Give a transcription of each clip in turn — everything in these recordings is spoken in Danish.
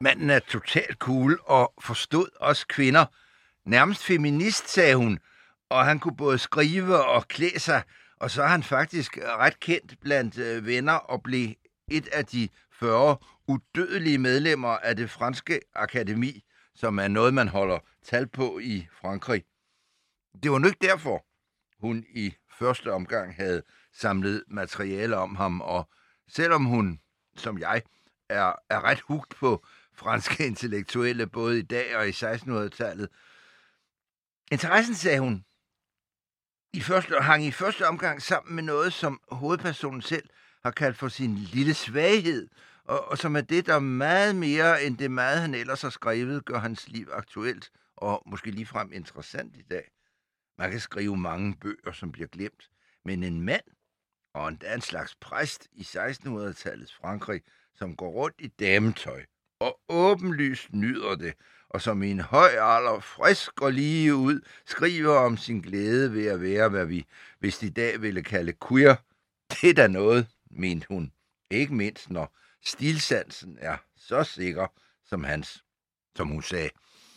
Manden er totalt cool og forstod os kvinder. Nærmest feminist, sagde hun. Og han kunne både skrive og klæde sig. Og så er han faktisk ret kendt blandt venner og blev et af de 40 udødelige medlemmer af det franske akademi, som er noget, man holder tal på i Frankrig. Det var nu ikke derfor, hun i første omgang havde samlet materiale om ham, og selvom hun, som jeg, er ret hugt på franske intellektuelle, både i dag og i 1600-tallet. Interessen, sagde hun, hang i første omgang sammen med noget, som hovedpersonen selv har kaldt for sin lille svaghed, og som er det, der meget mere end det meget, han ellers har skrevet, gør hans liv aktuelt og måske ligefrem interessant i dag. Man kan skrive mange bøger, som bliver glemt, men en mand og endda en slags præst i 1600-tallets Frankrig, som går rundt i dametøj og åbenlyst nyder det, og som i en høj alder, frisk og lige ud, skriver om sin glæde ved at være, hvad vi hvis i dag ville kalde queer. Det er da noget, mente hun. Ikke mindst, når stilsansen er så sikker som hans, som hun sagde.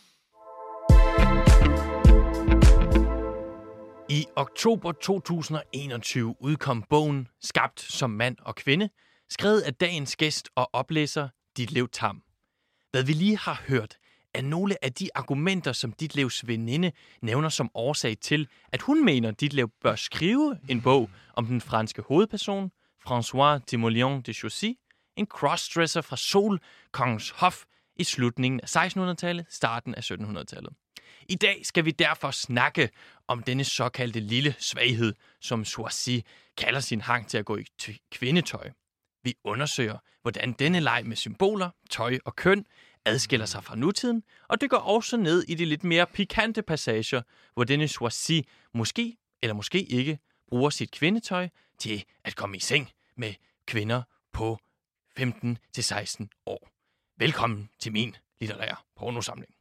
I oktober 2021 udkom bogen Skabt som mand og kvinde, skrevet af dagens gæst og oplæser Ditlev Tamm. Hvad vi lige har hørt, er nogle af de argumenter, som Ditlevs veninde nævner som årsag til, at hun mener, Ditlev bør skrive en bog om den franske hovedperson, François de Mauleon de Choisy, en crossdresser fra Solkongens hof i slutningen af 1600-tallet, starten af 1700-tallet. I dag skal vi derfor snakke om denne såkaldte lille svaghed, som Choisy kalder sin hang til at gå i kvindetøj. Vi undersøger, hvordan denne leg med symboler, tøj og køn adskiller sig fra nutiden, og det går også ned i de lidt mere pikante passager, hvor denne Choisy måske eller måske ikke bruger sit kvindetøj til at komme i seng med kvinder på 15-16 år. Velkommen til min litterære pornosamling.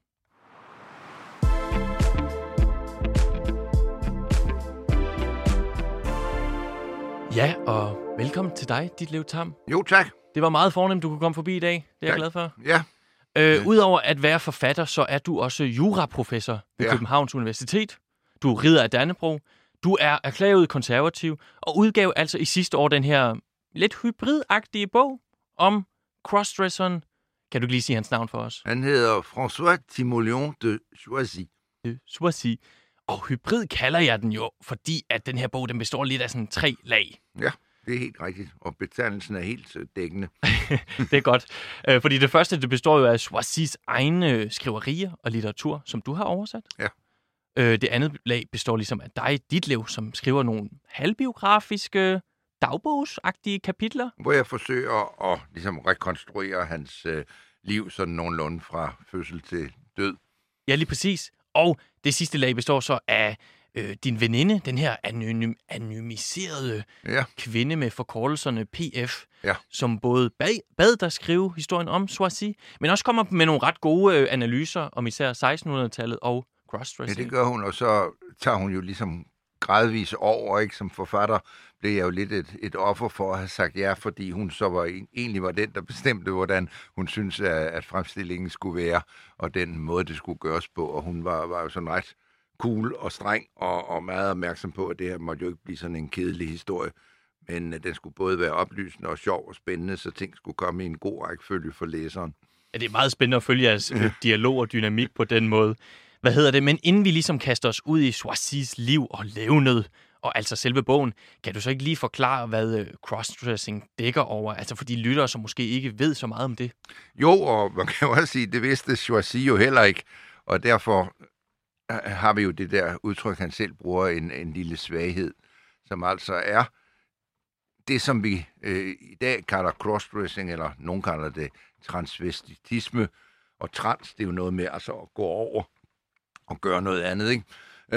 Ja, og velkommen til dig, Ditlev Tamm. Jo, tak. Det var meget fornemt, du kunne komme forbi i dag. Det er jeg glad for. Ja. Udover at være forfatter, så er du også juraprofessor ved Københavns Universitet. Du er ridder af Dannebrog. Du er erklæret konservativ og udgav altså i sidste år den her lidt hybridagtige bog om crossdresseren. Kan du lige sige hans navn for os? Han hedder François de Mauleon de Choisy. Choisy. Og hybrid kalder jeg den jo, fordi at den her bog den består lidt af sådan 3 lag. Ja, det er helt rigtigt. Og betegnelsen er helt dækkende. Det er godt. Fordi det første, det består jo af Choisys egne skriverier og litteratur, som du har oversat. Ja. Det andet lag består ligesom af dig, Ditlev, som skriver nogle halvbiografiske, dagbogsagtige kapitler. Hvor jeg forsøger at ligesom rekonstruere hans liv sådan nogenlunde fra fødsel til død. Ja, lige præcis. Og det sidste lag består så af din veninde, den her anonymiserede kvinde med forkortelserne PF, som både bad dig skrive historien om Choisy, men også kommer med nogle ret gode analyser om især 1600-tallet og crossdressing. Ja, det gør hun, og så tager hun jo ligesom gradvis over, ikke? Som forfatter blev jeg jo lidt et offer for at have sagt ja, fordi hun så egentlig var den, der bestemte, hvordan hun synes, at fremstillingen skulle være, og den måde, det skulle gøres på, og hun var jo sådan ret cool og streng, og meget opmærksom på, at det her måtte jo ikke blive sådan en kedelig historie, men den skulle både være oplysende og sjov og spændende, så ting skulle komme i en god rækkefølge for læseren. Ja, det er meget spændende at følge jeres dialog og dynamik på den måde. Men inden vi ligesom kaster os ud i Choisys liv og levned, og altså selve bogen, kan du så ikke lige forklare, hvad crossdressing dækker over? Altså for de lyttere, som måske ikke ved så meget om det. Jo, og man kan jo også sige, det vidste Choisy jo heller ikke, og derfor har vi jo det der udtryk, han selv bruger, en lille svaghed, som altså er det, som vi i dag kalder crossdressing, eller nogen kalder det transvestitisme, og trans, det er jo noget med altså at gå over og gøre noget andet, ikke?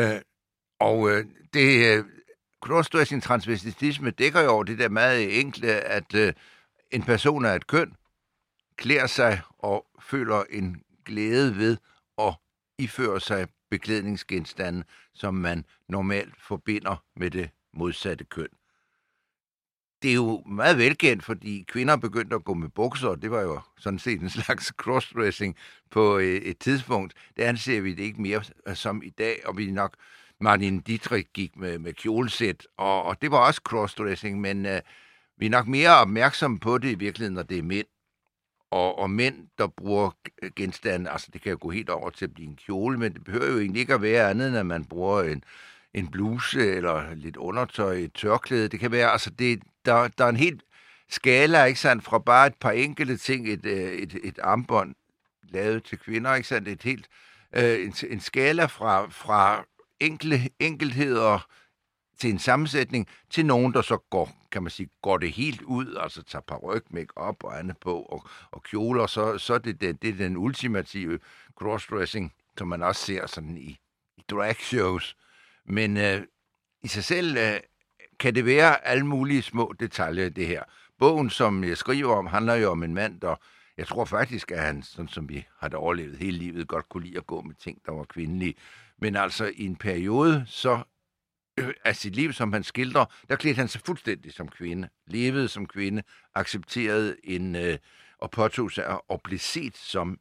Det crossdressing transvestitisme dækker jo over det der meget enkle, at en person af et køn klæder sig og føler en glæde ved at iføre sig beklædningsgenstande, som man normalt forbinder med det modsatte køn. det er jo meget velkendt, fordi kvinder begyndte at gå med bukser, og det var jo sådan set en slags crossdressing på et tidspunkt. Det anser vi det ikke mere som i dag, og vi nok Marlene Dietrich gik med kjolesæt, og det var også crossdressing, men vi er nok mere opmærksomme på det i virkeligheden, når det er mænd. Og mænd, der bruger genstande, altså det kan jo gå helt over til at blive en kjole, men det behøver jo egentlig ikke at være andet, end at man bruger en bluse eller lidt undertøj, et tørklæde. Det kan være, altså der er en helt skala, ikke sandt, fra bare et par enkelte ting, et armbånd lavet til kvinder, ikke sandt, et helt en skala fra enkeltheder til en sammensætning, til nogen, der så går det helt ud, altså tager paryk, make-up og andet på, og kjoler, så er det den ultimative crossdressing, som man også ser sådan i drag shows. Men i sig selv kan det være alle mulige små detaljer i det her. Bogen, som jeg skriver om, handler jo om en mand, der, jeg tror faktisk, at han, sådan som vi har det overlevet hele livet, godt kunne lide at gå med ting, der var kvindelige. Men altså i en periode, så af sit liv, som han skildrer, der klædte han sig fuldstændig som kvinde, levede som kvinde, accepterede og påtog sig og blev set som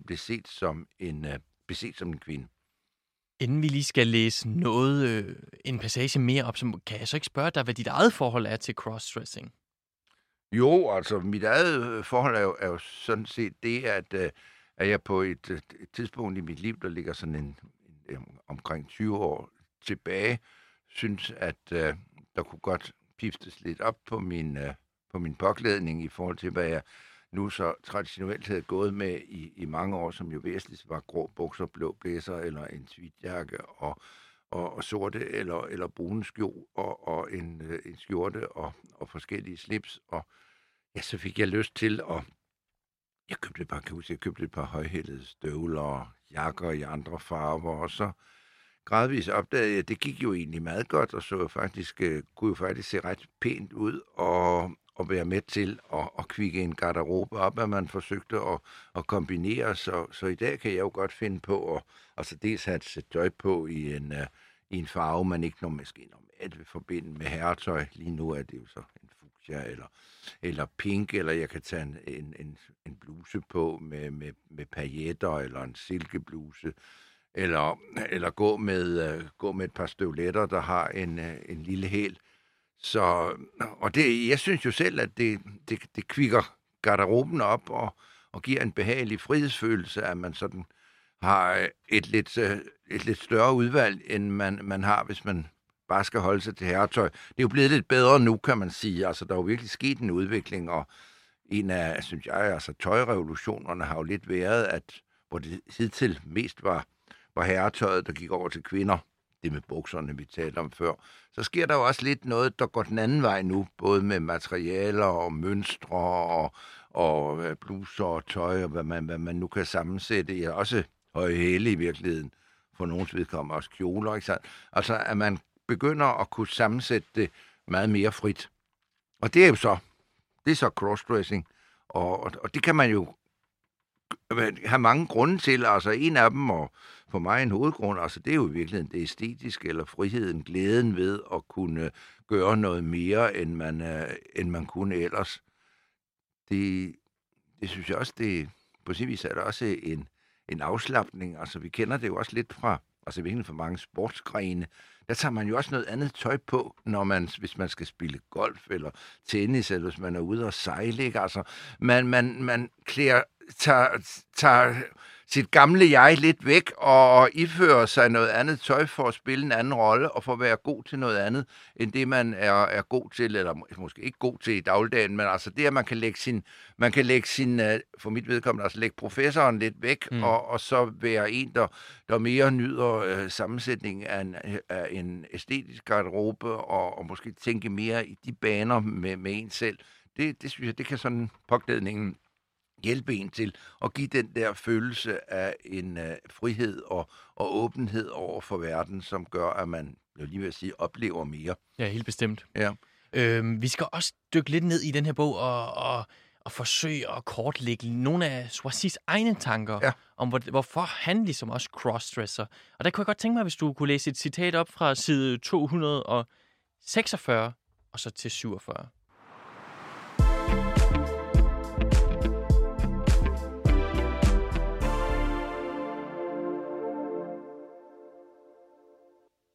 en kvinde. Inden vi lige skal læse en passage mere op, så kan jeg så ikke spørge dig, hvad dit eget forhold er til crossdressing? Jo, altså mit eget forhold er jo sådan set det, at jeg på et tidspunkt i mit liv, der ligger sådan omkring 20 år tilbage, synes, at der kunne godt piftes lidt op på min påklædning i forhold til, hvad jeg nu så traditionelt havde gået med i mange år, som jo væsentligt var grå bukser, blå blæser eller en tweedjakke og sorte eller brune skjol og en skjorte og forskellige slips. Og ja, så fik jeg lyst til jeg købte et par højhælede støvler og jakker i andre farver, og så gradvist opdagede jeg, at det gik jo egentlig meget godt, og kunne jo faktisk se ret pænt ud og være med til at kvikke en garderobe op, at man forsøgte at kombinere. Så i dag kan jeg jo godt finde på at dels have et sæt tøj på i en farve, man ikke måske normalt vil forbinde med herretøj. Lige nu er det jo så en fuchsia eller pink, eller jeg kan tage en bluse på med pailletter eller en silkebluse. Eller gå med et par støvletter, der har en lille hæl. Og jeg synes jo selv, at det kvikker garderoben op og giver en behagelig frihedsfølelse, at man sådan har et lidt større udvalg, end man har, hvis man bare skal holde sig til herretøj. Det er jo blevet lidt bedre nu, kan man sige. Altså, der er jo virkelig sket en udvikling, og en af, synes jeg, altså tøjrevolutionerne har jo lidt været, at hvor det hidtil mest var herretøjet, der gik over til kvinder, det med bukserne, vi talte om før, så sker der jo også lidt noget, der går den anden vej nu, både med materialer og mønstre og bluser og tøj, og hvad man nu kan sammensætte. Ja, også høje hæle i virkeligheden, for nogens vedkommende også kjoler, ikke sandt? Altså, at man begynder at kunne sammensætte det meget mere frit. Og det er så crossdressing, og det kan man jo have mange grunde til. Altså en af dem, og for mig en hovedgrund, altså det er jo i virkeligheden det æstetiske, eller friheden, glæden ved at kunne gøre noget mere, end man kunne ellers. Det synes jeg også, det på sin vis er der også en afslapning. Altså vi kender det jo også lidt fra, altså virkelig for mange sportsgrene. Der tager man jo også noget andet tøj på, hvis man skal spille golf eller tennis, eller hvis man er ude og sejle, ikke? Altså man tager sit gamle jeg lidt væk og ifører sig noget andet tøj for at spille en anden rolle og for at være god til noget andet, end det man er god til, eller måske ikke god til i dagligdagen, men altså det, at man kan lægge sin for mit vedkommende, altså lægge professoren lidt væk, og så være en, der mere nyder sammensætningen af en æstetisk garderobe, og måske tænke mere i de baner med en selv. Det synes jeg, det kan sådan påklædningen hjælpe en til at give den der følelse af en frihed og åbenhed over for verden, som gør, at man, jeg lige vil sige, oplever mere. Ja, helt bestemt. Ja. Vi skal også dykke lidt ned i den her bog og forsøge at kortlægge nogle af Swazis egne tanker om, hvorfor han ligesom også crossdresser. Og der kunne jeg godt tænke mig, hvis du kunne læse et citat op fra side 246 og så til 47.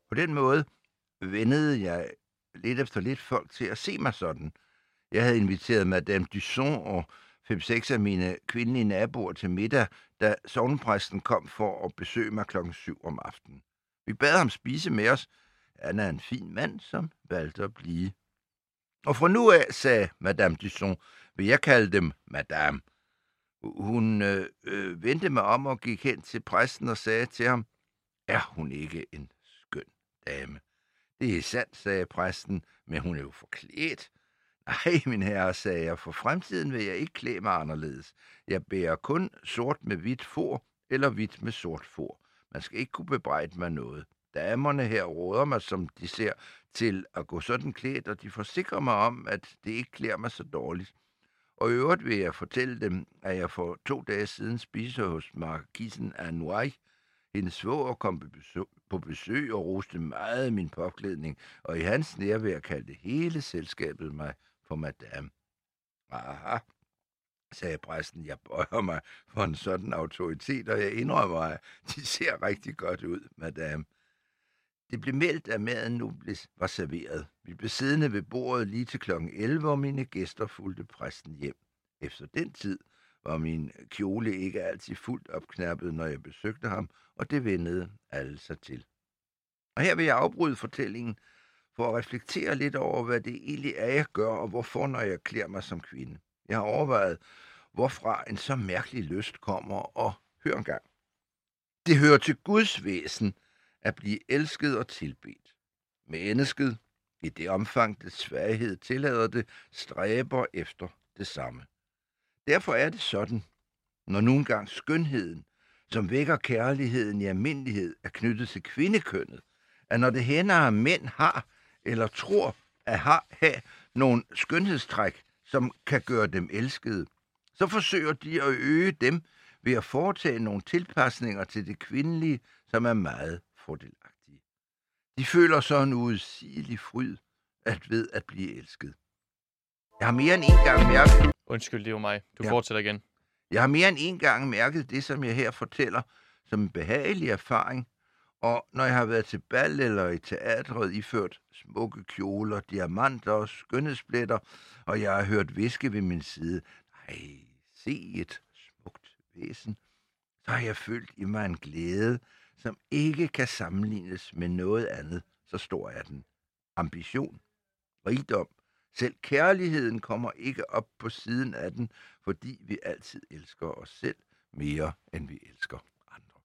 På den måde vendede jeg lidt efter lidt folk til at se mig sådan. Jeg havde inviteret Madame Dusson og 5-6 af mine kvindelige naboer til middag, da sognepræsten kom for at besøge mig 7:00 om aftenen. Vi bad ham spise med os. Han er en fin mand, som valgte at blive. Og fra nu af, sagde Madame Dusson, vil jeg kalde dem Madame. Hun vendte mig om og gik hen til præsten og sagde til ham, er hun ikke en skøn dame? Det er sandt, sagde præsten, men hun er jo forklædt. Nej, min herre, sagde jeg, for fremtiden vil jeg ikke klæde mig anderledes. Jeg bærer kun sort med hvidt for eller hvidt med sort for. Man skal ikke kunne bebrejde mig noget. Damerne her råder mig, som de ser, til at gå sådan klædt, og de forsikrer mig om, at det ikke klæder mig så dårligt. Og i øvrigt vil jeg fortælle dem, at jeg for 2 dage siden spiste hos markisen af Noailles. Hendes svoger kom på besøg og roste meget min påklædning, og i hans nærvær kaldte hele selskabet mig for madame. Aha, sagde præsten, jeg bøjer mig for en sådan autoritet, og jeg indrømmer, at de ser rigtig godt ud, madame. Det blev meldt, at maden nu var serveret. Vi blev siddende ved bordet lige til 11:00, og mine gæster fulgte præsten hjem. Efter den tid var min kjole ikke altid fuldt opknappet, når jeg besøgte ham, og det vendede alle sig til. Og her vil jeg afbryde fortællingen for at reflektere lidt over, hvad det egentlig er, jeg gør, og hvorfor, når jeg klæder mig som kvinde. Jeg har overvejet, hvorfra en så mærkelig lyst kommer, og hør engang. Det hører til Guds væsen at blive elsket og tilbedt. Mennesket, i det omfang det svaghed tillader det, stræber efter det samme. Derfor er det sådan, når nogle gange skønheden, som vækker kærligheden i almindelighed, er knyttet til kvindekønnet, at når det hænder, at mænd har eller tror at have nogle skønhedstræk, som kan gøre dem elskede, så forsøger de at øge dem ved at foretage nogle tilpasninger til det kvindelige, som er meget fordelagtige. De føler så en udsigelig fryd ved at blive elsket. Jeg har mere end en gang mærket... Undskyld, det er jo mig. Du fortsætter igen. Jeg har mere end en gang mærket det, som jeg her fortæller, som en behagelig erfaring, og når jeg har været til bal eller i teatret iført smukke kjoler, diamanter og skønhedspletter, og jeg har hørt hviske ved min side, nej, se et smukt væsen, så har jeg følt i mig en glæde, som ikke kan sammenlignes med noget andet, så stor er den. Ambition, rigdom, selv kærligheden kommer ikke op på siden af den, fordi vi altid elsker os selv mere, end vi elsker andre.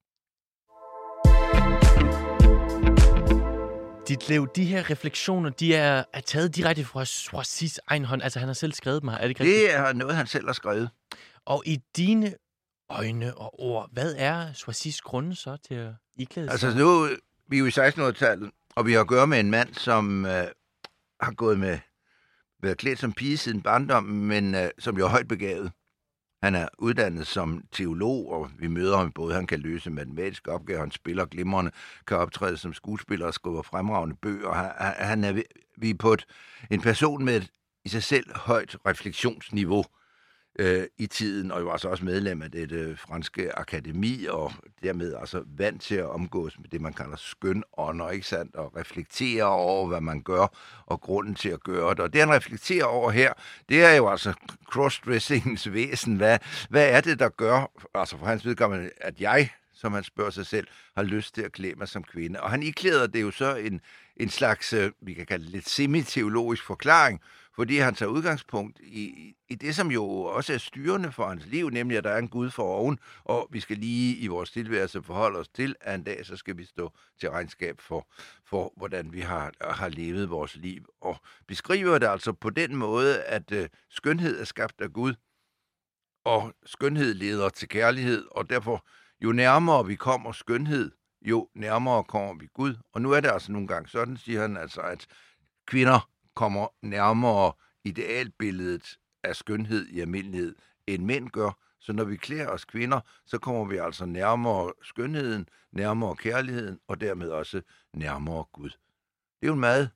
Ditlev, de her refleksioner, de er taget direkte fra Choisys egen hånd. Altså, han har selv skrevet dem her. Er det ikke rigtigt? Det er noget, han selv har skrevet. Og i dine øjne og ord, hvad er Choisys grunde så til at iklæde sig? Altså, nu vi er jo i 1600-tallet, og vi har at gøre med en mand, som har været klædt som pige siden barndommen, men som jo er højt begavet. Han er uddannet som teolog, og vi møder ham både. Han kan løse matematiske opgaver, han spiller glimrende, kan optræde som skuespiller og skriver fremragende bøger. Vi er på en person med et i sig selv højt refleksionsniveau i tiden, og jo altså også medlem af det franske akademi, og dermed altså vant til at omgås med det, man kalder skønånder, ikke sandt, og reflektere over, hvad man gør, og grunden til at gøre det. Og det, han reflekterer over her, det er jo altså crossdressingens væsen. Hvad er det, der gør, altså for hans vedkommende, at jeg, som han spørger sig selv, har lyst til at klæde mig som kvinde. Og han iklæder det jo så en slags, vi kan kalde det lidt semi-teologisk forklaring, fordi han tager udgangspunkt i det, som jo også er styrende for hans liv, nemlig at der er en Gud for oven, og vi skal lige i vores tilværelse forholde os til, at en dag så skal vi stå til regnskab for hvordan vi har levet vores liv. Og beskriver det altså på den måde, at skønhed er skabt af Gud, og skønhed leder til kærlighed, og derfor jo nærmere vi kommer skønhed, jo nærmere kommer vi Gud. Og nu er det altså nogle gange sådan, siger han, altså, at kvinder kommer nærmere idealbilledet af skønhed i almindelighed, end mænd gør. Så når vi klæder os kvinder, så kommer vi altså nærmere skønheden, nærmere kærligheden, og dermed også nærmere Gud. Det er jo en meget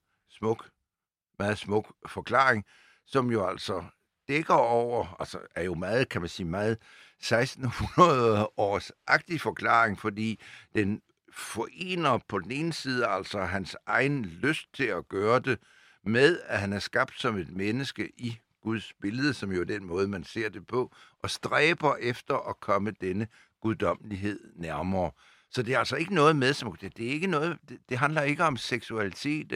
smuk forklaring, som jo altså dækker over, altså er jo meget, kan man sige, meget 1600 års agtig forklaring, fordi den forener på den ene side altså hans egen lyst til at gøre det, med at han er skabt som et menneske i Guds billede, som jo er den måde, man ser det på, og stræber efter at komme denne guddommelighed nærmere. Så det er altså ikke noget med, som det er ikke noget, det handler ikke om seksualitet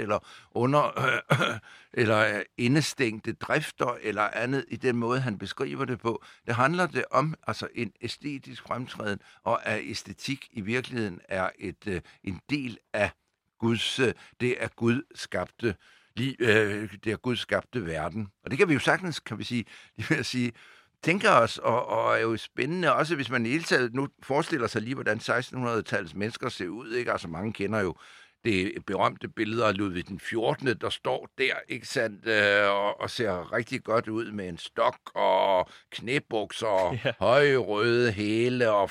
eller indestængte drifter eller andet i den måde, han beskriver det på. Det handler det om altså en æstetisk fremtræden, og at æstetik i virkeligheden er en del af det er Gud skabte det er Gud skabte verden. Og det kan vi jo sagtens, kan vi sige, tænker os, og er jo spændende, også hvis man i hele taget nu forestiller sig lige, hvordan 1600-tallets mennesker ser ud, ikke? Altså mange kender jo det berømte billede af Ludvig den 14., der står der, ikke sandt, og ser rigtig godt ud med en stok og knæbukser og høje røde hæle og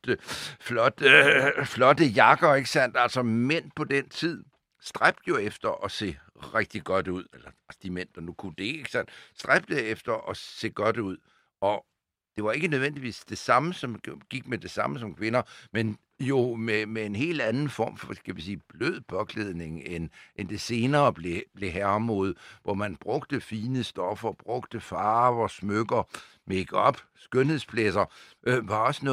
flotte jakker, ikke sandt? Altså mænd på den tid stræbte jo efter at se rigtig godt ud, eller altså de mænd, der nu kunne det, ikke sandt? Stræbte efter at se godt ud. Og det var ikke nødvendigvis det samme, som gik med det samme som kvinder, men jo med en helt anden form for, skal vi sige, blød påklædning, end det senere blev herremode, hvor man brugte fine stoffer, brugte farver, smykker, make-up, skønhedsplæsser, var også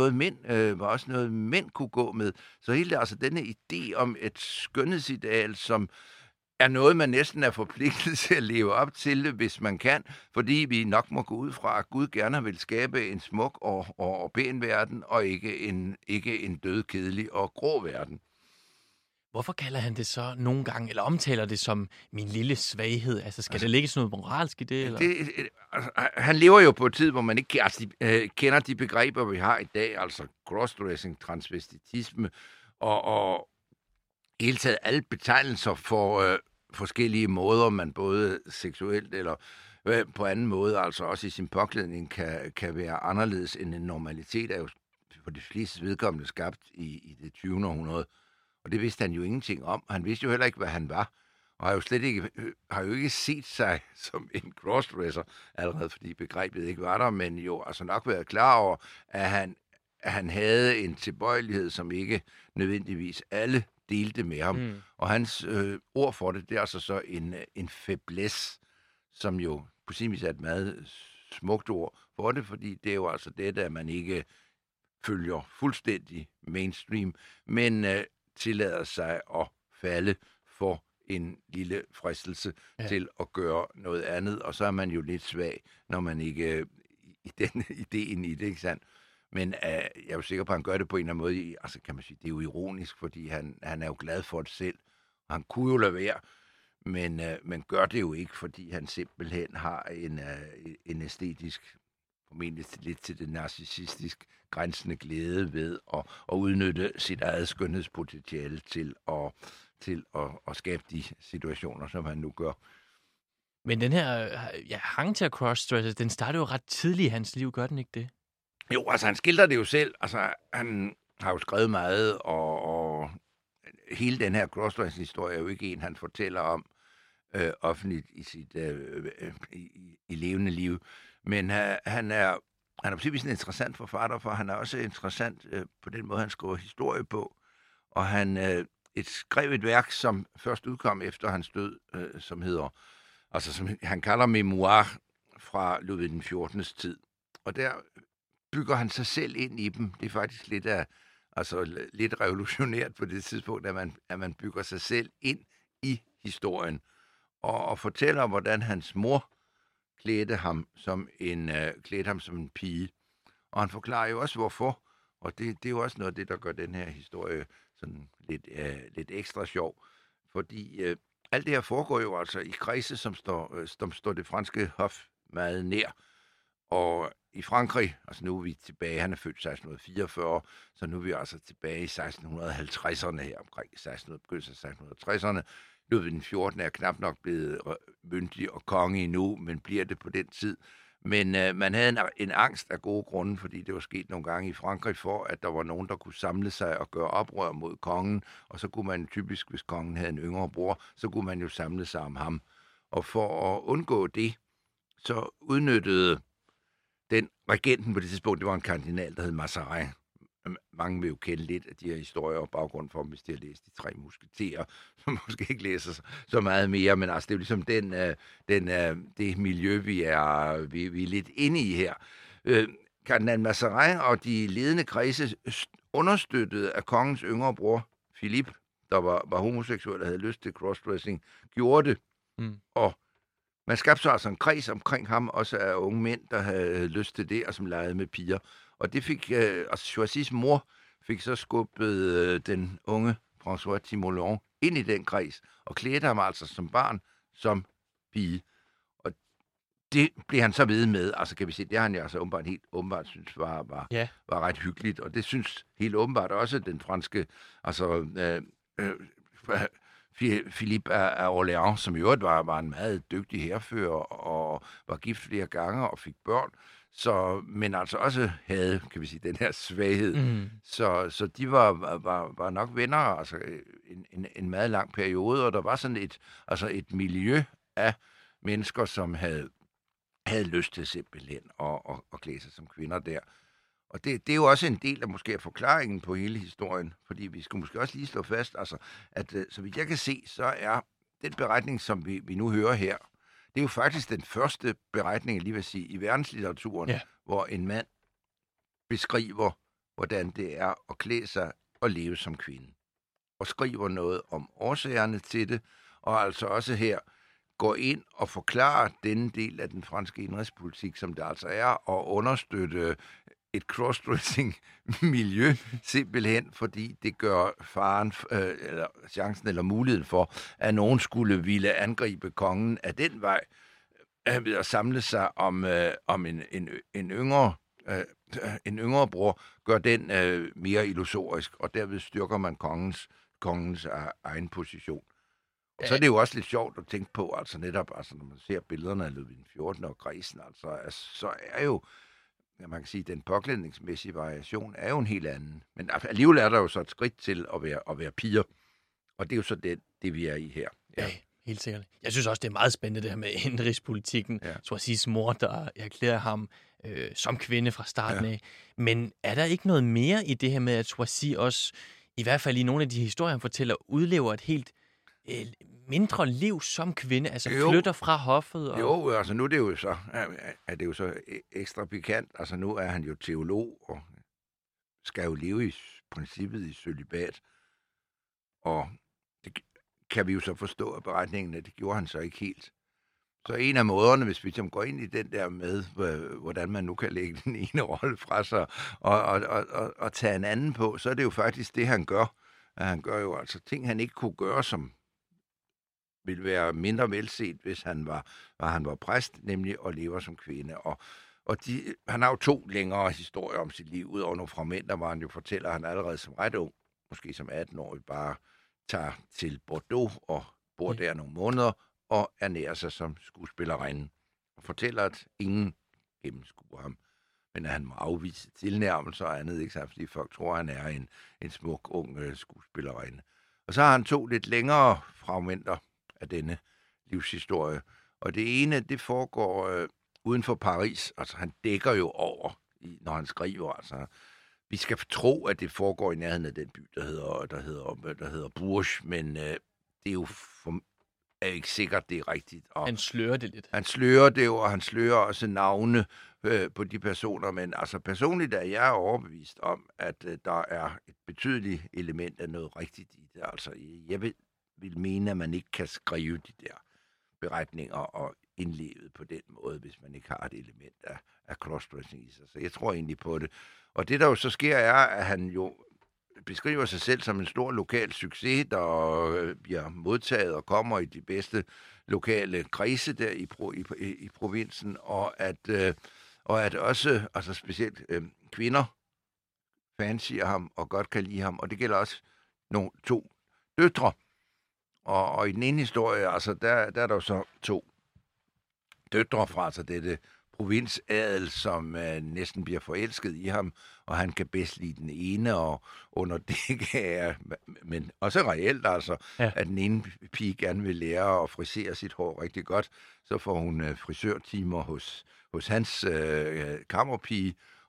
noget mænd kunne gå med. Så hele altså denne idé om et skønhedsideal, som er noget, man næsten er forpligtet til at leve op til, hvis man kan, fordi vi nok må gå ud fra, at Gud gerne vil skabe en smuk og pæn verden, og ikke en død, kedelig og grå verden. Hvorfor kalder han det så nogle gange, eller omtaler det som min lille svaghed? Altså, skal der ligge sådan noget moralsk i det? Eller? Han lever jo på et tid, hvor man ikke kender de begreber, vi har i dag, altså crossdressing, transvestitisme, og hele taget alle betegnelser for forskellige måder, man både seksuelt eller på anden måde, altså også i sin påklædning, kan være anderledes end en normalitet, er jo for de fleste vedkommende skabt i det 20. århundrede. Og det vidste han jo ingenting om. Han vidste jo heller ikke, hvad han var. Og har jo ikke set sig som en crossdresser, allerede fordi begrebet ikke var der, men jo altså nok været klar over, at han havde en tilbøjelighed, som ikke nødvendigvis alle delte med ham. Og hans ord for det er altså så en faiblesse, som jo på sin vis er et meget smukt ord for det, fordi det er jo altså det, at man ikke følger fuldstændig mainstream, men tillader sig at falde for en lille fristelse til at gøre noget andet, og så er man jo lidt svag, når man ikke i den ideen i det, ikke sandt? Men jeg er jo sikker på, at han gør det på en eller anden måde. Altså kan man sige, det er jo ironisk, fordi han er jo glad for det selv. Og han kunne jo lade være, men gør det jo ikke, fordi han simpelthen har en æstetisk, formentlig lidt til det narcissistisk grænsende glæde ved at udnytte sit eget skønhedspotentiale til at skabe de situationer, som han nu gør. Men den her hang til at crossdresse, den startede jo ret tidligt i hans liv, gør den ikke det? Jo, altså han skildrer det jo selv. Altså han har jo skrevet meget, og hele den her crossdressing-historie er jo ikke en, han fortæller om offentligt i sit i levende liv. Men han er på en interessant forfatter, for han er også interessant på den måde, han skriver historie på. Og han skrev et værk, som først udkom efter hans død, som han kalder Memoir fra Ludvig den 14. tid. Og der bygger han sig selv ind i dem. Det er faktisk lidt revolutionært på det tidspunkt, at man bygger sig selv ind i historien. Og fortæller, hvordan hans mor klædte ham som en pige. Og han forklarer jo også, hvorfor. Og det er jo også noget af det, der gør den her historie sådan lidt ekstra sjov. Fordi alt det her foregår jo altså i kredse, som står det franske hof meget nær. Og i Frankrig, altså nu er vi tilbage, han er født 1644, så nu er vi altså tilbage i 1650'erne her, omkring 1660'erne. Ludvig den 14. er knap nok blevet myndig og konge endnu, men bliver det på den tid. Men man havde en angst af gode grunde, fordi det var sket nogle gange i Frankrig for, at der var nogen, der kunne samle sig og gøre oprør mod kongen, og så kunne man typisk, hvis kongen havde en yngre bror, så kunne man jo samle sig om ham. Og for at undgå det, så udnyttede den regenten på det tidspunkt, det var en kardinal, der hed Mazarin. mange vil jo kende lidt af de her historier og baggrund for dem, hvis de har læst De Tre Musketerer, som måske ikke læser så meget mere, men altså, det er jo ligesom det miljø, vi er lidt inde i her. Kardinal Mazarin og de ledende kredse understøttede af kongens yngre bror, Philippe, der var homoseksuel og havde lyst til crossdressing, gjorde det. Og man skabte så altså en kreds omkring ham, også af unge mænd, der havde lyst til det, og som legede med piger. Og det fik, Choisys mor fik så skubbet den unge François Timoleon ind i den kreds, og klædte ham altså som barn, som pige. Og det blev han så ved med, altså kan vi se, det har han jo altså helt åbenbart synes var ret hyggeligt, og det synes helt åbenbart også den franske, altså Philippe af Orléans, som i øvrigt var en meget dygtig hærfører og var gift flere gange og fik børn, men altså også havde, kan vi sige, den her svaghed. Så de var nok venner, altså en meget lang periode, og der var sådan et miljø af mennesker, som havde lyst til simpelthen at klæde sig som kvinder der. Og det er jo også en del af måske forklaringen på hele historien, fordi vi skal måske også lige slå fast, altså, at så vidt jeg kan se, så er den beretning, som vi nu hører her, det er jo faktisk den første beretning, lige vil sige, i verdenslitteraturen, hvor en mand beskriver, hvordan det er at klæde sig og leve som kvinde. Og skriver noget om årsagerne til det, og altså også her går ind og forklarer denne del af den franske indrigspolitik, som det altså er, at understøtte et crossdressing-miljø, simpelthen fordi det gør faren, eller chancen eller muligheden for, at nogen skulle ville angribe kongen af den vej, ved at samle sig om en yngre bror, gør den mere illusorisk, og derved styrker man kongens egen position. Og så er det jo også lidt sjovt at tænke på, altså netop, altså når man ser billederne af Ludvig XIV og Græsen, altså så er jo, man kan sige, den påklædningsmæssige variation er jo en helt anden. Men alligevel er der jo så et skridt til at være piger, og det er jo så det vi er i her. Ja, helt sikkert. Jeg synes også, det er meget spændende det her med indrigspolitikken. Ja. Choisys mor, der erklærer ham som kvinde fra starten af. Men er der ikke noget mere i det her med, at Choisy også, i hvert fald i nogle af de historier, han fortæller, udlever et helt mindre liv som kvinde, altså flytter fra hoffet? Jo, altså nu er det jo så ekstra pikant. Altså nu er han jo teolog og skal jo leve i princippet i cølibat. Og det kan vi jo så forstå af beretningen, at det gjorde han så ikke helt. Så en af måderne, hvis vi går ind i den der med, hvordan man nu kan lægge den ene rolle fra sig og tage en anden på, så er det jo faktisk det, han gør. At han gør jo altså ting, han ikke kunne gøre, som ville være mindre velset, hvis han var præst, nemlig at leve som kvinde. Han har jo 2 længere historier om sit liv, ud over nogle fragmenter, hvor han jo fortæller, at han allerede som ret ung, måske som 18-årig, bare tager til Bordeaux og bor der nogle måneder og ernærer sig som skuespillerinde. Og fortæller, at ingen gennemskuer ham, men at han må afvise tilnærmelser og andet, ikke sant, fordi folk tror, at han er en smuk, ung skuespillerinde. Og så har han 2 lidt længere fragmenter af denne livshistorie. Og det ene, det foregår uden for Paris. Altså, han dækker jo over, når han skriver. Altså, vi skal tro, at det foregår i nærheden af den by, der hedder Bourges, men det er jo ikke sikkert, det er rigtigt. Og han slører det lidt. Han slører det jo, og han slører også navne på de personer, men altså personligt er jeg overbevist om, at der er et betydeligt element af noget rigtigt i det. Altså, jeg vil mene, at man ikke kan skrive de der beretninger og indleve på den måde, hvis man ikke har et element af crossdressing i sig. Så jeg tror egentlig på det. Og det, der jo så sker, er, at han jo beskriver sig selv som en stor lokal succes, der bliver modtaget og kommer i de bedste lokale kredse der i provinsen, og at også, altså specielt kvinder fansier ham og godt kan lide ham, og det gælder også 2 døtre. Og i den ene historie, altså der er der jo så 2 døtre fra, altså dette provinsadel, som næsten bliver forelsket i ham, og han kan bedst lide den ene, og under det er, men også reelt altså, at den ene pige gerne vil lære at frisere sit hår rigtig godt, så får hun frisørtimer hos hans kammerpige,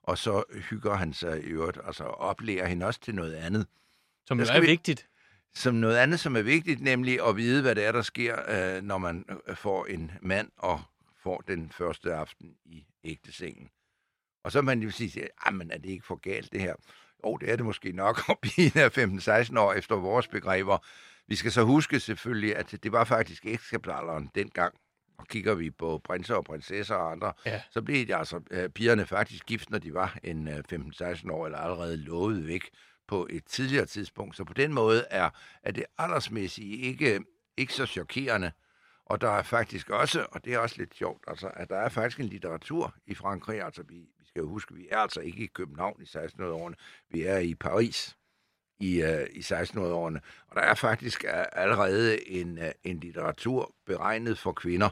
og så hygger han sig i øvrigt, altså oplærer hende også til noget andet. Som jo er vigtigt. Som noget andet, som er vigtigt, nemlig at vide, hvad det er, der sker, når man får en mand og får den første aften i ægtesengen. Og så kan man jo sige, men er det ikke for galt det her? Jo, det er det måske nok at blive 15-16 år efter vores begreber. Vi skal så huske selvfølgelig, at det var faktisk ægteskabsalderen dengang. Og kigger vi på prinser og prinsesser og andre, så blev de altså pigerne faktisk gift, når de var en 15-16 år, eller allerede lovet væk på et tidligere tidspunkt. Så på den måde er det aldersmæssigt ikke så chokerende. Og der er faktisk også, og det er også lidt sjovt, altså, at der er faktisk en litteratur i Frankrig. Altså, vi skal jo huske, vi er altså ikke i København i 1600-årene. Vi er i Paris i 1600-årene. Og der er faktisk allerede en litteratur beregnet for kvinder,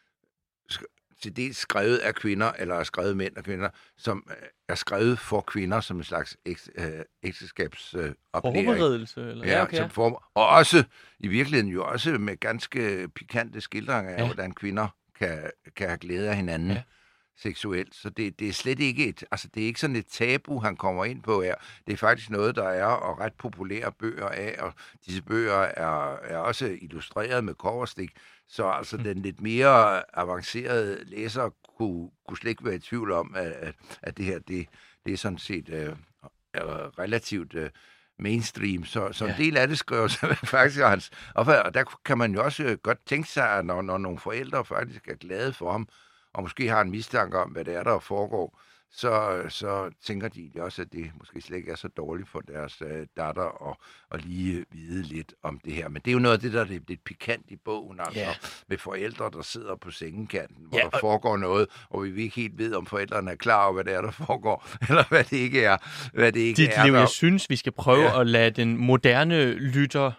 til dels skrevet af kvinder, eller er skrevet mænd af kvinder, som er skrevet for kvinder som en slags ægteskabsoplæring. Forberedelse? Eller? Ja, okay. Og også, i virkeligheden jo også med ganske pikante skildringer af, hvordan kvinder kan have glæde af hinanden seksuelt. Så det er slet ikke det er ikke sådan et tabu, han kommer ind på her. Det er faktisk noget, der er og ret populære bøger af, og disse bøger er også illustreret med kobberstik. Så altså den lidt mere avancerede læser kunne slet ikke være i tvivl om, at det her, det er sådan set relativt mainstream. Så en del af det skriver sig faktisk hans. Og der kan man jo også godt tænke sig, at når nogle forældre faktisk er glade for ham, og måske har en mistanke om, hvad det er, der foregår, så tænker de også, at det måske slet ikke er så dårligt for deres datter at lige vide lidt om det her. Men det er jo noget af det, der er lidt pikant i bogen, altså med forældre, der sidder på sengekanten, hvor der foregår noget, og vi ikke helt ved, om forældrene er klar over, hvad det er, der foregår, eller hvad det ikke er. Jeg synes, vi skal prøve at lade den moderne lytter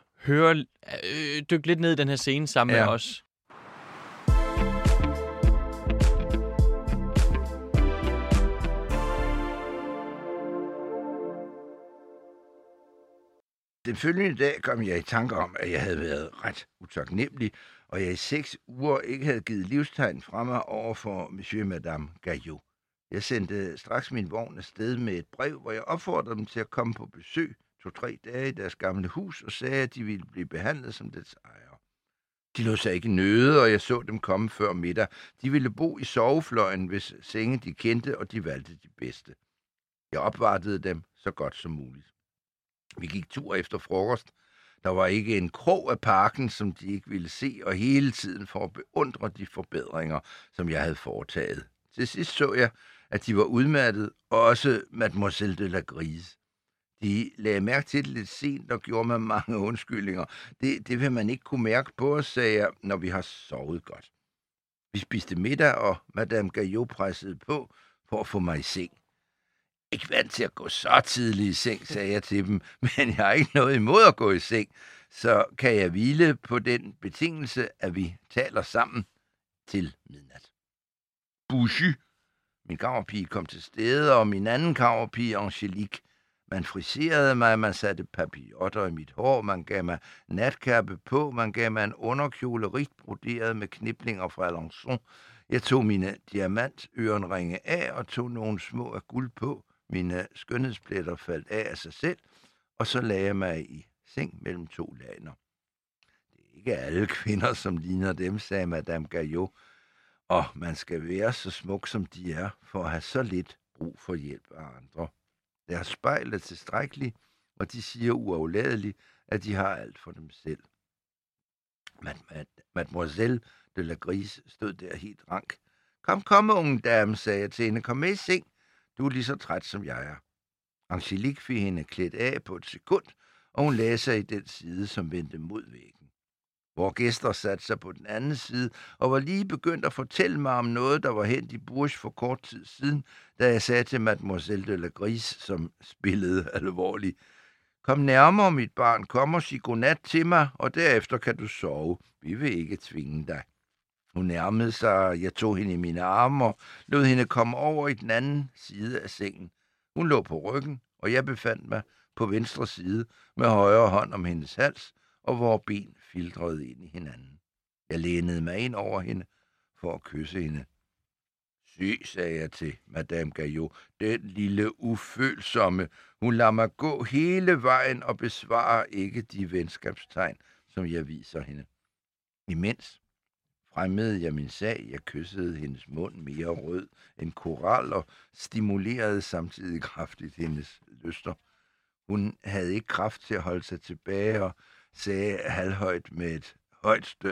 dykke lidt ned i den her scene sammen med os. Den følgende dag kom jeg i tanke om, at jeg havde været ret utaknemmelig, og jeg i 6 uger ikke havde givet livstegn fra mig over for monsieur og madame Gaillot. Jeg sendte straks min vogn afsted med et brev, hvor jeg opfordrede dem til at komme på besøg 2-3 dage i deres gamle hus, og sagde, at de ville blive behandlet som dets ejere. De lod sig ikke nøde, og jeg så dem komme før middag. De ville bo i sovefløjen, hvis senge de kendte, og de valgte de bedste. Jeg opvartede dem så godt som muligt. Vi gik tur efter frokost. Der var ikke en krog af parken, som de ikke ville se, og hele tiden for at beundre de forbedringer, som jeg havde foretaget. Til sidst så jeg, at de var udmattet, og også Mademoiselle de la Grise. De lagde mærke til det lidt sent og gjorde mig mange undskyldninger. Det vil man ikke kunne mærke på os, sagde jeg, når vi har sovet godt. Vi spiste middag, og Madame Gaillot pressede på for at få mig i seng. Ikke vant til at gå så tidligt i seng, sagde jeg til dem, men jeg har ikke noget imod at gå i seng, så kan jeg hvile på den betingelse, at vi taler sammen til midnat. Bouchy, min kammerpige, kom til stede, og min anden kammerpige, Angelique. Man friserede mig, man satte papillotter i mit hår, man gav mig natkærpe på, man gav mig en underkjole rigt broderet med kniplinger fra Alençon. Jeg tog mine diamantørenringe af og tog nogle små af guld på. Mine skønhedspletter faldt af sig selv, og så lagde jeg mig i seng mellem 2 lagner. Det er ikke alle kvinder, som ligner dem, sagde Madame Gaillot, og man skal være så smuk, som de er, for at have så lidt brug for hjælp af andre. Deres spejl er tilstrækkeligt, og de siger uafladeligt, at de har alt for dem selv. Mademoiselle de la Grise stod der helt rank. Kom, unge dame, sagde jeg til hende. Kom med i seng. Du er lige så træt, som jeg er. Angelique fik hende klædt af på et sekund, og hun lagde sig i den side, som vendte mod væggen. Vore gæster satte sig på den anden side, og var lige begyndt at fortælle mig om noget, der var hent i Bourges for kort tid siden, da jeg sagde til Mademoiselle de la Grise, som spillede alvorligt. Kom nærmere, mit barn, kom og sig godnat til mig, og derefter kan du sove. Vi vil ikke tvinge dig. Hun nærmede sig, jeg tog hende i mine arme og lod hende komme over i den anden side af sengen. Hun lå på ryggen, og jeg befandt mig på venstre side med højre hånd om hendes hals, og vores ben filtrede ind i hinanden. Jeg lænede mig ind over hende for at kysse hende. Se, sagde jeg til Madame Gayot, den lille ufølsomme. Hun lader mig gå hele vejen og besvarer ikke de venskabstegn, som jeg viser hende. Imens fremmede jeg min sag. Jeg kyssede hendes mund mere rød end koral og stimulerede samtidig kraftigt hendes lyster. Hun havde ikke kraft til at holde sig tilbage og sagde halvhøjt med et højt støn.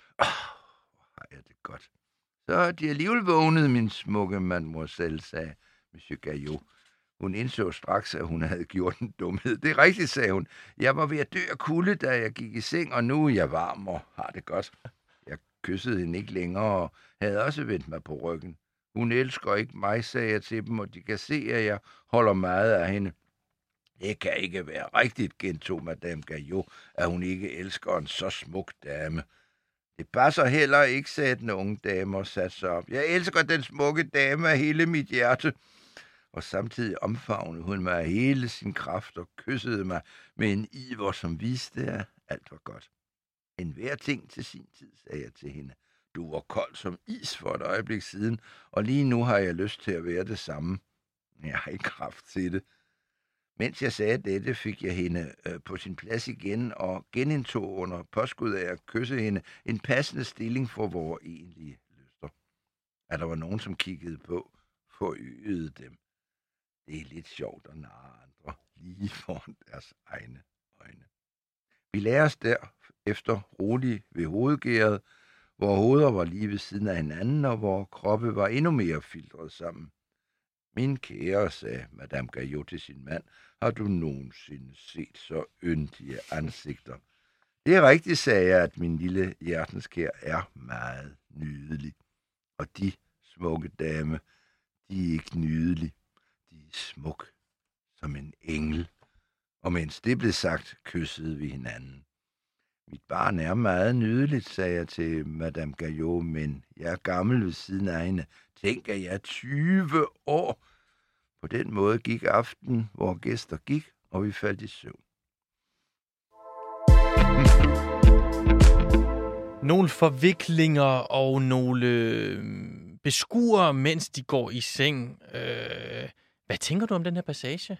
Hvor har jeg det godt. Så er de alligevel vågnet, min smukke mademoiselle, sagde Monsieur Gayot. Hun indså straks, at hun havde gjort en dumhed. Det er rigtigt, sagde hun. Jeg var ved at dø af kulde, da jeg gik i seng, og nu er jeg varm og har det godt. Jeg kyssede hende ikke længere og havde også vendt mig på ryggen. Hun elsker ikke mig, sagde jeg til dem, og de kan se, at jeg holder meget af hende. Det kan ikke være rigtigt, gentog Madame Gayot, at hun ikke elsker en så smuk dame. Det passer heller ikke, sagde den unge dame og satte sig op. Jeg elsker den smukke dame af hele mit hjerte. Og samtidig omfavnede hun mig af hele sin kraft og kyssede mig med en iver, som viste, at alt var godt. En hver ting til sin tid, sagde jeg til hende. Du var kold som is for et øjeblik siden, og lige nu har jeg lyst til at være det samme. Jeg har ikke kraft til det. Mens jeg sagde dette, fik jeg hende på sin plads igen og genindtog under påskud af at kysse hende en passende stilling for vores egentlige lyster. At der var nogen, som kiggede på, forøgede dem. Det er lidt sjovt at narre andre lige foran deres egne øjne. Vi lagde os derefter roligt ved hovedgæret, hvor hoveder var lige ved siden af hinanden, og hvor kroppe var endnu mere filtret sammen. Min kære, sagde Madame Gayot til sin mand, har du nogensinde set så yndige ansigter? Det er rigtigt, sagde jeg, at min lille hjertenskær er meget nydelig. Og de smukke dame, de er ikke nydelige, de er smuk som en engel. Og mens det blev sagt, kyssede vi hinanden. Mit barn er meget nydeligt, sagde jeg til Madame Gayot, men jeg er gammel ved siden af hende. Tænk, at jeg er 20 år. På den måde gik aftenen, hvor gæster gik, og vi faldt i søvn. Nogle forviklinger og nogle beskuer, mens de går i seng. Hvad tænker du om den her passage?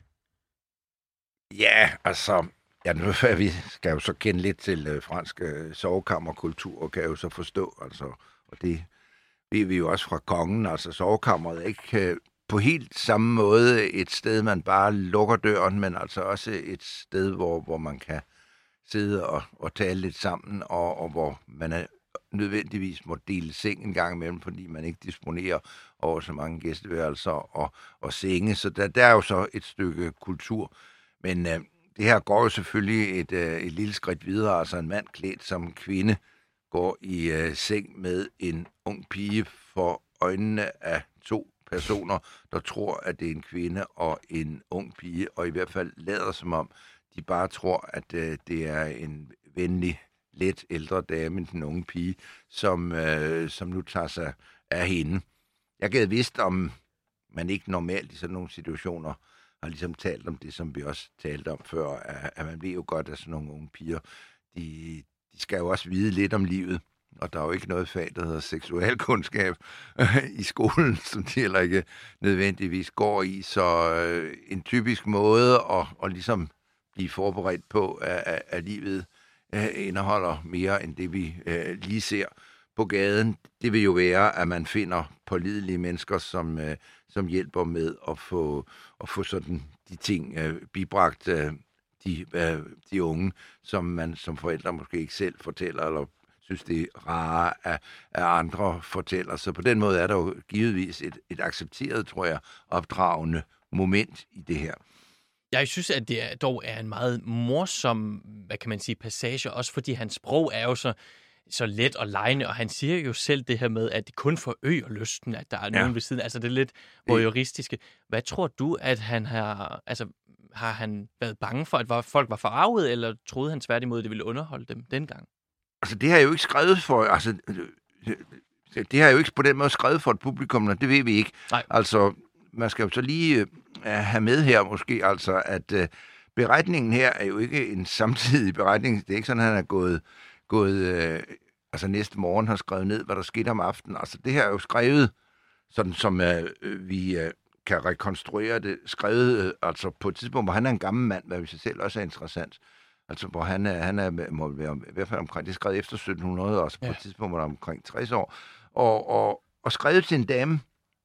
Ja, altså, vi skal jo så kende lidt til fransk sovekammerkultur, og kan jo så forstå, altså, og det ved vi jo også fra kongen, altså sovekammeret er ikke på helt samme måde et sted, man bare lukker døren, men altså også et sted, hvor man kan sidde og tale lidt sammen, og hvor man nødvendigvis må dele seng en gang imellem, fordi man ikke disponerer over så mange gæsteværelser og senge. Så der er jo så et stykke kultur. Men det her går jo selvfølgelig et lille skridt videre. Altså en mand klædt som kvinde går i seng med en ung pige for øjnene af to personer, der tror, at det er en kvinde og en ung pige, og i hvert fald lader som om, de bare tror, at det er en venlig, let ældre dame end den unge pige, som nu tager sig af hende. Jeg gad vidst, om man ikke normalt i sådan nogle situationer har ligesom talt om det, som vi også talte om før, at man ved jo godt, at sådan nogle unge piger, de skal jo også vide lidt om livet, og der er jo ikke noget fag, der hedder seksualkundskab i skolen, som de heller ikke nødvendigvis går i, så en typisk måde at ligesom blive forberedt på, at livet indeholder mere end det, vi lige ser på gaden. Det vil jo være, at man finder pålidelige mennesker, som hjælper med at få sådan de ting bibragt de unge, som man som forældre måske ikke selv fortæller, eller synes det er rare, at andre fortæller. Så på den måde er der jo givetvis et accepteret, tror jeg, opdragende moment i det her. Jeg synes, at det dog er en meget morsom, hvad kan man sige, passage, også fordi hans sprog er jo så let og legende, og han siger jo selv det her med, at det kun forøger lysten, at der er nogen ved siden. Altså det er lidt voyeuristiske. Hvad tror du, at han har han været bange for, at folk var forarvet, eller troede han tværtimod, at det ville underholde dem dengang? Altså det har jeg jo ikke skrevet for, altså det har jo ikke på den måde skrevet for et publikum, og det ved vi ikke. Nej. Altså man skal jo så lige have med her måske, altså at beretningen her er jo ikke en samtidig beretning. Det er ikke sådan, at han er gået altså næste morgen har skrevet ned, hvad der skete om aftenen. Altså det her er jo skrevet sådan som vi kan rekonstruere det, skrevet altså på et tidspunkt, hvor han er en gammel mand, hvad i sig selv også er interessant. Altså, hvor han må være i hvert fald omkring, det er skrevet efter 1700, også på et tidspunkt, hvor han er omkring 60 år, og skrevet til en dame,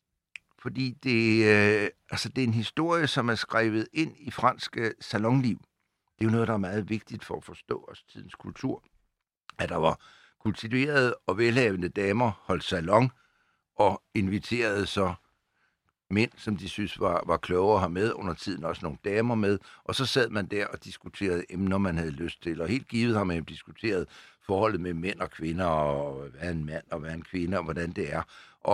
fordi det er en historie, som er skrevet ind i fransk salonliv. Det er jo noget, der er meget vigtigt for at forstå os tidens kultur, at der var kultiverede og velhavende damer holdt salon og inviterede så mænd, som de synes var klogere at have med, under tiden også nogle damer med, og så sad man der og diskuterede emner, man havde lyst til, og helt givet har man jo diskuteret forholdet med mænd og kvinder, og hvad er en mand, og hvad er en kvinde, og hvordan det er.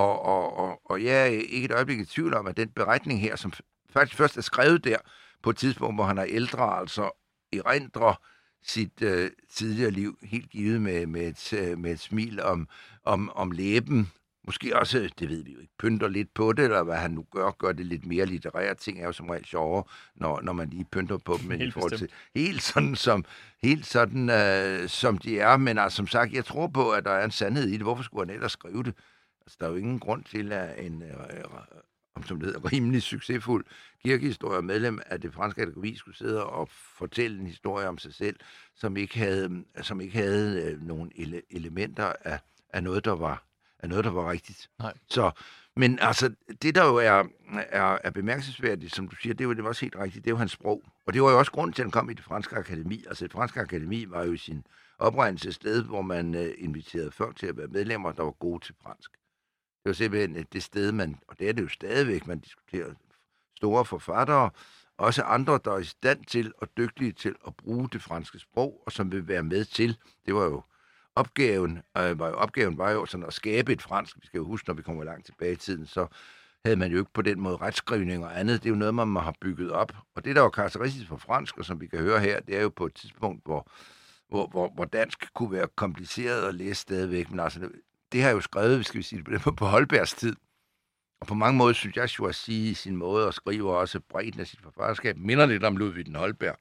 Og jeg er ikke et øjeblik i tvivl om, at den beretning her, som faktisk først er skrevet der, på et tidspunkt, hvor han er ældre, altså erindrer sit tidligere liv, helt givet med et smil om læben, måske også, det ved vi jo ikke, pynter lidt på det, eller hvad han nu gør det lidt mere litterære. Ting er jo som regel sjovere, når man lige pynter på dem, i forhold til helt sådan, som de er. Men altså, som sagt, jeg tror på, at der er en sandhed i det. Hvorfor skulle han ellers skrive det? Altså, der er jo ingen grund til, at en som det hedder, rimelig succesfuld kirkehistorie medlem af det franske akademi skulle sidde og fortælle en historie om sig selv, som ikke havde nogle elementer af noget, der var rigtigt. Nej. Så, men altså, det der jo er bemærkelsesværdigt, som du siger, det er jo også helt rigtigt, det er jo hans sprog. Og det var jo også grunden til, at han kom i det franske akademi. Altså, det franske akademi var jo i sin oprettelse et sted, hvor man inviterede folk til at være medlemmer, der var gode til fransk. Det var simpelthen det sted, og det er det jo stadigvæk, man diskuterer store forfattere, også andre, der er i stand til og dygtige til at bruge det franske sprog, og som vil være med til. Det var jo opgaven var jo sådan at skabe et fransk. Vi skal jo huske, når vi kommer langt tilbage i tiden, så havde man jo ikke på den måde retskrivning og andet. Det er jo noget, man har bygget op. Og det, der var karakteristisk for fransk, og som vi kan høre her, det er jo på et tidspunkt, hvor dansk kunne være kompliceret at læse stadigvæk. Men altså, det har jo skrevet, skal vi sige det, på Holbergs tid. Og på mange måder synes jeg, Choisy i sin måde at skrive også bredden af sit forfatterskab minder lidt om Ludvig den Holberg.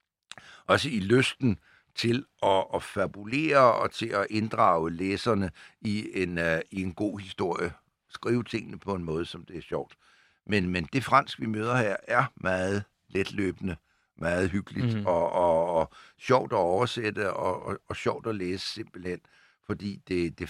Også i lysten til at fabulere og til at inddrage læserne i en god historie. Skrive tingene på en måde, som det er sjovt. Men det fransk, vi møder her, er meget letløbende, meget hyggeligt og sjovt at oversætte og sjovt at læse simpelthen, fordi det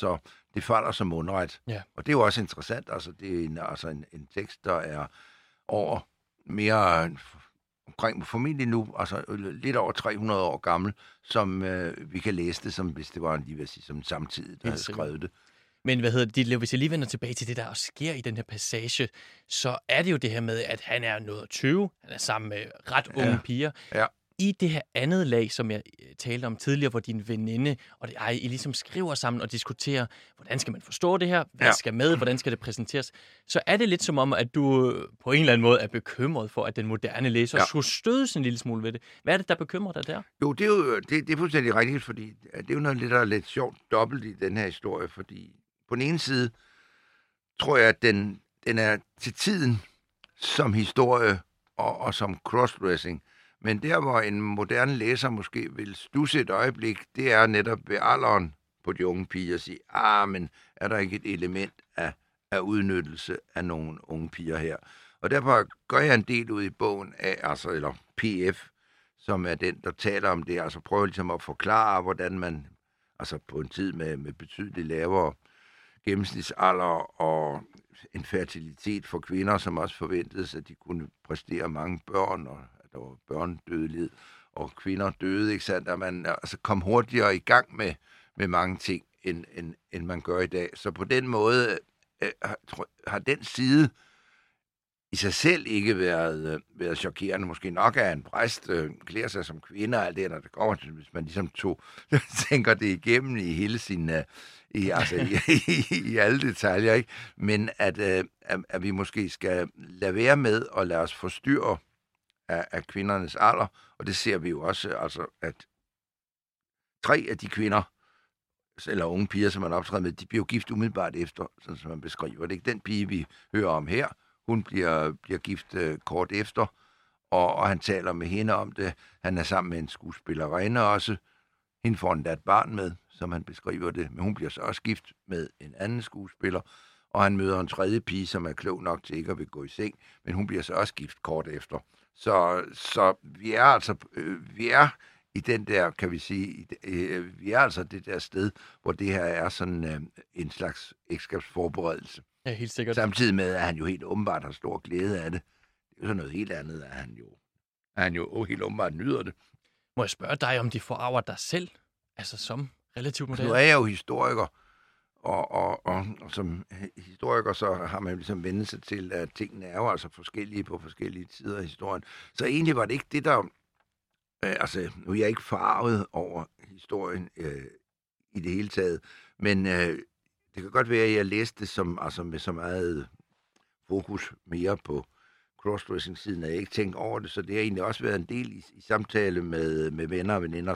falder så mundret. Ja. Og det er jo også interessant. Altså, det er en tekst, der er over mere omkring formentlig nu, altså lidt over 300 år gammel, som vi kan læse det, som hvis det var som samtidig, der havde skrevet det. Men hvis jeg lige vender tilbage til det, der sker i den her passage, så er det jo det her med, at han er nået 20, han er sammen med ret unge piger. Ja. I det her andet lag, som jeg talte om tidligere, hvor din veninde og I ligesom skriver sammen og diskuterer, hvordan skal man forstå det her, hvad skal med, hvordan skal det præsenteres, så er det lidt som om, at du på en eller anden måde er bekymret for, at den moderne læser skulle stødes en lille smule ved det. Hvad er det, der bekymrer dig der? Jo, det er fuldstændig rigtigt, fordi det er jo noget lidt sjovt dobbelt i den her historie, fordi på den ene side tror jeg, at den er til tiden som historie og som crossdressing. Men der, hvor en moderne læser måske vil studse et øjeblik, det er netop ved alderen på de unge piger at sige, men er der ikke et element af udnyttelse af nogle unge piger her? Og derfor gør jeg en del ud i bogen af, eller PF, som er den, der taler om det, altså prøver ligesom at forklare, hvordan man, altså på en tid med betydeligt lavere gennemsnitsalder og en fertilitet for kvinder, som også forventedes, at de kunne præstere mange børn, og at der var børnedødelighed, og kvinder døde, ikke sandt? At man altså kom hurtigere i gang med mange ting, end man gør i dag. Så på den måde har den side i sig selv ikke været chokerende. Måske nok er en præst klæder sig som kvinde og alt det, når det kommer til, hvis man ligesom tænker det igennem i hele sin i alle detaljer, ikke? Men at vi måske skal lade være med at lade os forstyrre af kvindernes alder, og det ser vi jo også, altså at 3 af de kvinder, eller unge piger, som man optræder med, de bliver jo gift umiddelbart efter, sådan som man beskriver. Det er ikke den pige, vi hører om her. Hun bliver gift kort efter, og han taler med hende om det. Han er sammen med en skuespillerinde også. Hende får endda et barn med, som han beskriver det, men hun bliver så også gift med en anden skuespiller. og han møder en tredje pige, som er klog nok til ikke at vil gå i seng, men hun bliver så også gift kort efter. Så vi er altså vi er i den der, kan vi sige, vi er altså det der sted, hvor det her er sådan en slags ægteskabsforberedelse. Ja, helt sikkert. Samtidig med, at han jo helt åbenbart har stor glæde af det. Det er jo så noget helt andet, at han jo helt åbenbart nyder det. Må jeg spørge dig, om de forarver dig selv, altså som relativt moderne? Nu er jeg jo historiker, og som historiker, så har man jo ligesom vendt sig til, at tingene er jo altså forskellige på forskellige tider af historien. Så egentlig var det ikke det, der... nu er jeg ikke forarvet over historien i det hele taget, men det kan godt være, at jeg læste det med så meget fokus mere på crossdressing-siden, at jeg ikke tænkte over det, så det har egentlig også været en del i samtale med venner og veninder,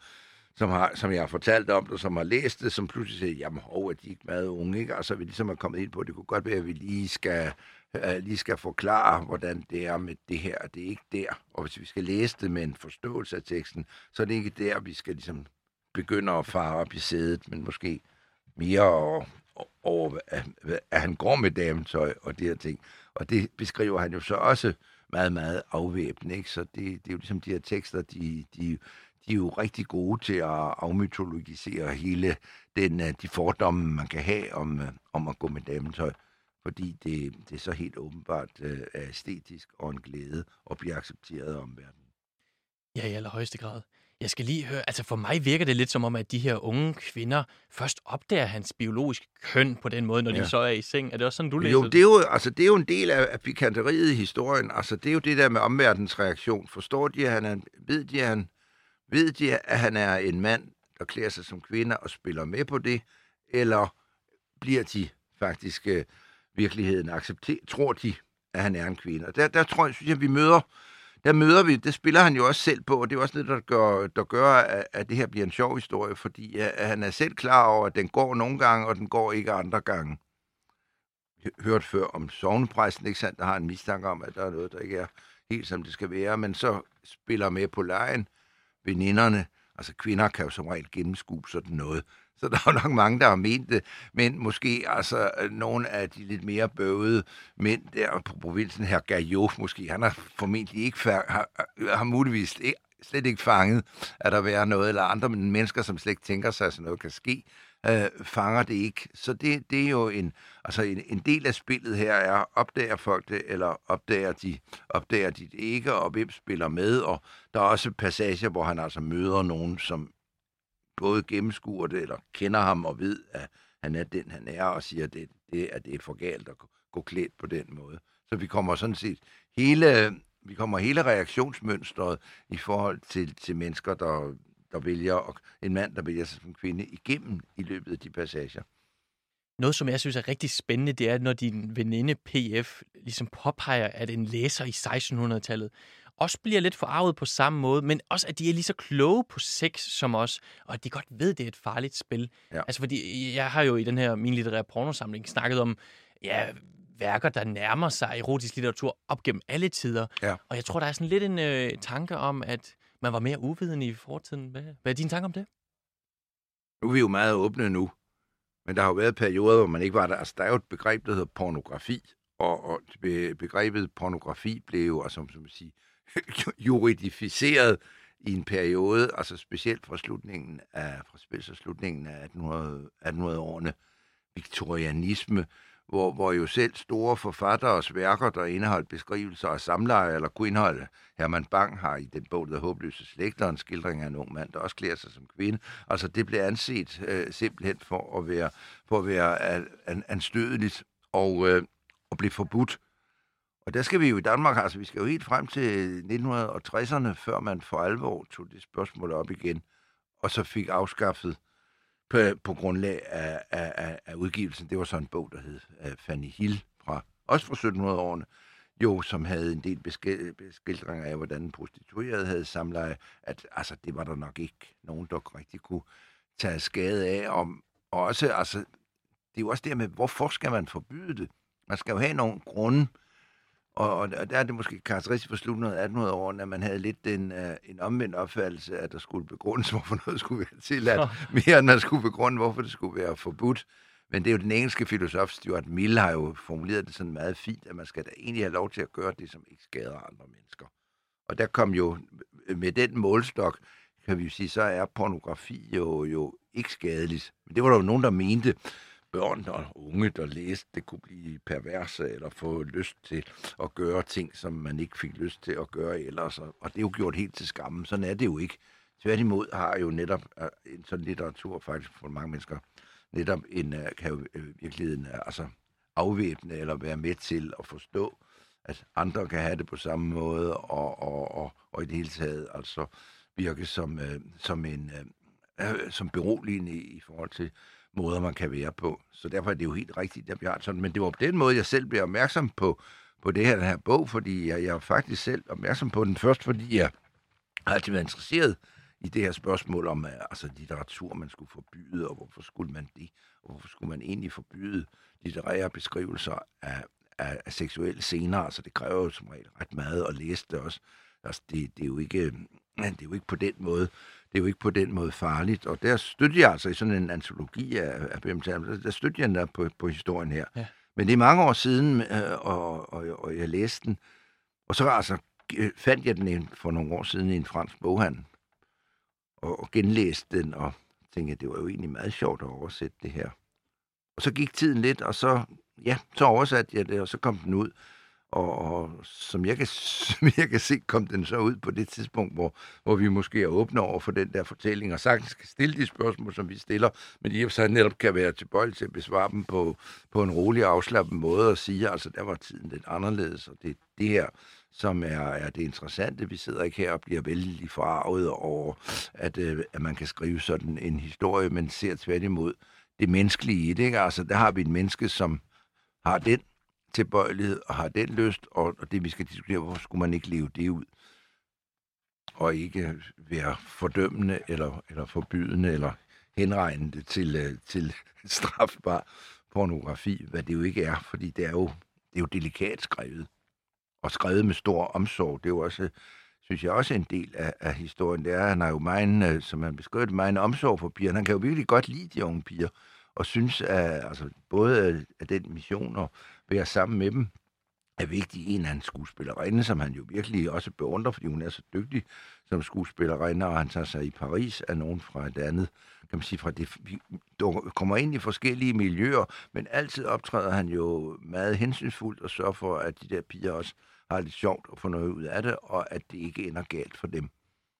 som jeg har fortalt om det, som har læst det, som pludselig siger, jamen, er de ikke meget unge, ikke? Altså, vi ligesom er kommet ind på, det kunne godt være, at vi lige skal forklare, hvordan det er med det her, og det er ikke der. Og hvis vi skal læse det med en forståelse af teksten, så er det ikke der, vi skal ligesom begynde at fare op i sædet, men måske mere over at han går med dametøj og de her ting. Og det beskriver han jo så også meget, meget afvæbnende, ikke? Så det er jo ligesom de her tekster, de er jo rigtig gode til at afmytologisere hele de fordomme, man kan have om at gå med dametøj. Fordi det er så helt åbenbart er æstetisk og en glæde at blive accepteret af omverdenen. Ja, i allerhøjeste grad. Jeg skal lige høre, altså for mig virker det lidt som om, at de her unge kvinder først opdager hans biologiske køn på den måde, når de så er i seng. Er det også sådan, du læser det? Det er jo en del af pikanteriet i historien. Altså, det er jo det der med omverdenens reaktion. Forstår de, at ved de, at han er en mand, der klæder sig som kvinde og spiller med på det? Eller bliver de faktisk virkeligheden tror de, at han er en kvinde? Og der tror jeg, synes jeg, møder vi, det spiller han jo også selv på, og det er også noget, der gør at det her bliver en sjov historie, fordi at han er selv klar over, at den går nogle gange, og den går ikke andre gange. Jeg hørte før om sognepræsten, ikke sandt, der har en mistanke om, at der er noget, der ikke er helt som det skal være, men så spiller med på lejen, veninderne, altså kvinder kan jo som regel gennemskue sådan noget, så der er jo nok mange, der har ment det, men måske altså nogle af de lidt mere bøvede mænd der på provinsen, her Gajot måske, han har formentlig ikke har muligvis slet ikke fanget, at der være noget, eller andre mennesker, som slet ikke tænker sig, at sådan noget kan ske, fanger det ikke. Så det er jo en del af spillet her er, opdager folk det, eller opdager de det ikke, og hvem spiller med, og der er også passager, hvor han altså møder nogen, som både gennemskuer det, eller kender ham og ved, at han er den, han er, og siger, at det er for galt at gå klædt på den måde. Så vi kommer sådan set hele reaktionsmønstret i forhold til mennesker, der vælger, en mand, der vælger sig som kvinde, igennem i løbet af de passager. Noget, som jeg synes er rigtig spændende, det er, når din veninde PF ligesom påpeger, at en læser i 1600-tallet også bliver lidt forarvet på samme måde, men også, at de er lige så kloge på sex som os, og at de godt ved, det er et farligt spil. Ja. Altså, fordi jeg har jo i den her min litterære pornosamling snakket om, værker, der nærmer sig erotisk litteratur op gennem alle tider. Ja. Og jeg tror, der er sådan lidt en tanke om, at man var mere uvidende i fortiden. Hvad er dine tanker om det? Nu er vi jo meget åbne nu, men der har jo været perioder, hvor man ikke var der. Altså, der er jo et begreb, der hedder pornografi, og begrebet pornografi blev jo, altså, som man siger, juridificeret i en periode, altså specielt fra slutningen af 1800-årene, viktorianisme, hvor jo selv store forfatteres værker, der indeholdt beskrivelser af samleje, eller kunne indeholde, Herman Bang har i den bog, der Håbløse slægter, en skildring af en ung mand, der også klæder sig som kvinde. Altså det blev anset simpelthen for at være anstødeligt og blive forbudt. Og der skal vi jo i Danmark, altså vi skal jo helt frem til 1960'erne, før man for alvor tog det spørgsmål op igen, og så fik afskaffet på grundlag af udgivelsen. Det var så en bog, der hed Fanny Hill, også fra 1700-årene, jo, som havde en del beskildringer af, hvordan en prostitueret havde samleje, at altså, det var der nok ikke nogen, der rigtig kunne tage skade af. Og også, altså, det er jo også det med, hvorfor skal man forbyde det? Man skal jo have nogle grunde, og der er det måske karakteristisk for slutningen af 1800-årene, at man havde lidt en omvendt opfattelse, at der skulle begrundes, hvorfor noget skulle være tilladt, mere end man skulle begrunde, hvorfor det skulle være forbudt. Men det er jo den engelske filosof, Stuart Mill, har jo formuleret det sådan meget fint, at man skal da egentlig have lov til at gøre det, som ikke skader andre mennesker. Og der kom jo, med den målstok, kan vi jo sige, så er pornografi jo ikke skadeligt. Men det var der jo nogen, der mente, børn og unge, der læste, det kunne blive perverse eller få lyst til at gøre ting, som man ikke fik lyst til at gøre ellers. Og det er jo gjort helt til skamme. Sådan er det jo ikke. Tværtimod har jo netop en sådan litteratur faktisk for mange mennesker netop kan jo virkeligheden altså afvæbne eller være med til at forstå, at andre kan have det på samme måde og i det hele taget altså virke som beroligende i forhold til måder, man kan være på. Så derfor er det jo helt rigtigt, at vi har sådan. Men det var på den måde, jeg selv blev opmærksom på den her bog, fordi jeg er faktisk selv opmærksom på den først, fordi jeg har altid været interesseret i det her spørgsmål om altså litteratur, man skulle forbyde, og hvorfor skulle man det? Og hvorfor skulle man egentlig forbyde litterære beskrivelser af seksuelle scener? Altså det kræver jo som regel ret meget at læse det også. Altså, det er jo ikke på den måde. Det er jo ikke på den måde farligt. Og der støtter jeg altså i sådan en antologi af der støtter jeg på historien her. Ja. Men det er mange år siden, og jeg læste den. Og så altså fandt jeg den for nogle år siden i en fransk boghandel. Og genlæste den, og tænkte, at det var jo egentlig meget sjovt at oversætte det her. Og så gik tiden lidt, og så oversatte jeg det, og så kom den ud. Og som jeg kan se, kom den så ud på det tidspunkt, hvor vi måske er åbne over for den der fortælling, og sagtens kan stille de spørgsmål, som vi stiller, men de så netop kan være tilbøjelige til at besvare dem på en rolig og afslappet måde, og sige, altså der var tiden lidt anderledes, og det er det her, som er det interessante. Vi sidder ikke her og bliver vældig forarvet over, at man kan skrive sådan en historie, men ser tværtimod det menneskelige i det, ikke? Altså der har vi et menneske, som har den tilbøjelighed og har den lyst, og det vi skal diskutere, hvorfor skulle man ikke leve det ud, og ikke være fordømmende eller forbydende eller henregnende til strafbar pornografi, hvad det jo ikke er, fordi det er jo delikat skrevet, og skrevet med stor omsorg. Det er jo også, synes jeg, også en del af historien. Det er, han har jo meget, som han beskrev det, meget omsorg for pigerne. Han kan jo virkelig godt lide de unge piger, og synes, at altså, både at den mission og være sammen med dem er vigtig. En af en skuespillerinde, som han jo virkelig også beundrer, fordi hun er så dygtig som skuespillerinde, og han tager sig i Paris af nogen fra et andet, kan man sige, fra det, kommer ind i forskellige miljøer, men altid optræder han jo meget hensynsfuldt og sørger for, at de der piger også har lidt sjovt at få noget ud af det, og at det ikke ender galt for dem.